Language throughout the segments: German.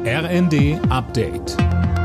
RND Update.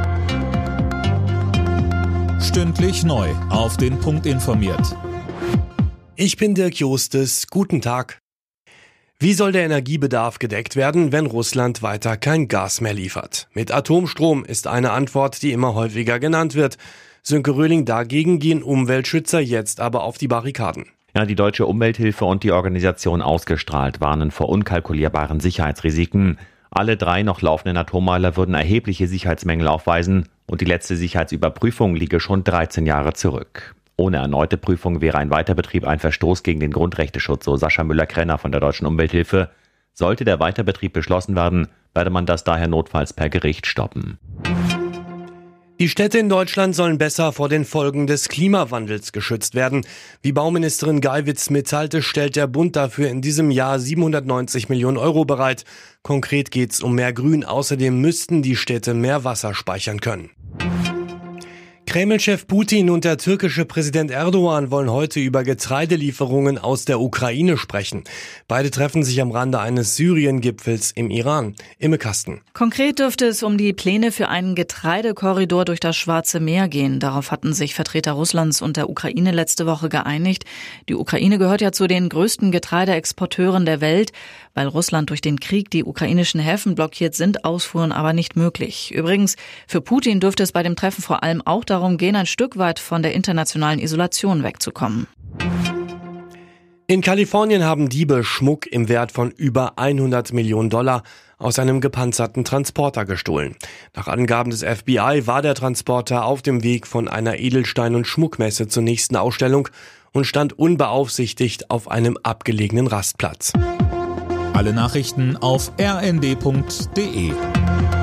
Stündlich neu auf den Punkt informiert. Ich bin Dirk Justes. Guten Tag. Wie soll der Energiebedarf gedeckt werden, wenn Russland weiter kein Gas mehr liefert? Mit Atomstrom ist eine Antwort, die immer häufiger genannt wird. Sönke Röhling, dagegen gehen Umweltschützer jetzt aber auf die Barrikaden. Ja, die Deutsche Umwelthilfe und die Organisation Ausgestrahlt warnen vor unkalkulierbaren Sicherheitsrisiken. Alle 3 noch laufenden Atommeiler würden erhebliche Sicherheitsmängel aufweisen und die letzte Sicherheitsüberprüfung liege schon 13 Jahre zurück. Ohne erneute Prüfung wäre ein Weiterbetrieb ein Verstoß gegen den Grundrechteschutz, so Sascha Müller-Krenner von der Deutschen Umwelthilfe. Sollte der Weiterbetrieb beschlossen werden, werde man das daher notfalls per Gericht stoppen. Die Städte in Deutschland sollen besser vor den Folgen des Klimawandels geschützt werden. Wie Bauministerin Geiwitz mitteilte, stellt der Bund dafür in diesem Jahr 790 Millionen Euro bereit. Konkret geht es um mehr Grün. Außerdem müssten die Städte mehr Wasser speichern können. Kreml-Chef Putin und der türkische Präsident Erdogan wollen heute über Getreidelieferungen aus der Ukraine sprechen. Beide treffen sich am Rande eines Syrien-Gipfels im Iran. Imme Kasten. Konkret dürfte es um die Pläne für einen Getreidekorridor durch das Schwarze Meer gehen. Darauf hatten sich Vertreter Russlands und der Ukraine letzte Woche geeinigt. Die Ukraine gehört ja zu den größten Getreideexporteuren der Welt. Weil Russland durch den Krieg die ukrainischen Häfen blockiert, sind Ausfuhren aber nicht möglich. Übrigens, für Putin dürfte es bei dem Treffen vor allem auch darum gehen, ein Stück weit von der internationalen Isolation wegzukommen. In Kalifornien haben Diebe Schmuck im Wert von über 100 Millionen Dollar aus einem gepanzerten Transporter gestohlen. Nach Angaben des FBI war der Transporter auf dem Weg von einer Edelstein- und Schmuckmesse zur nächsten Ausstellung und stand unbeaufsichtigt auf einem abgelegenen Rastplatz. Alle Nachrichten auf rnd.de.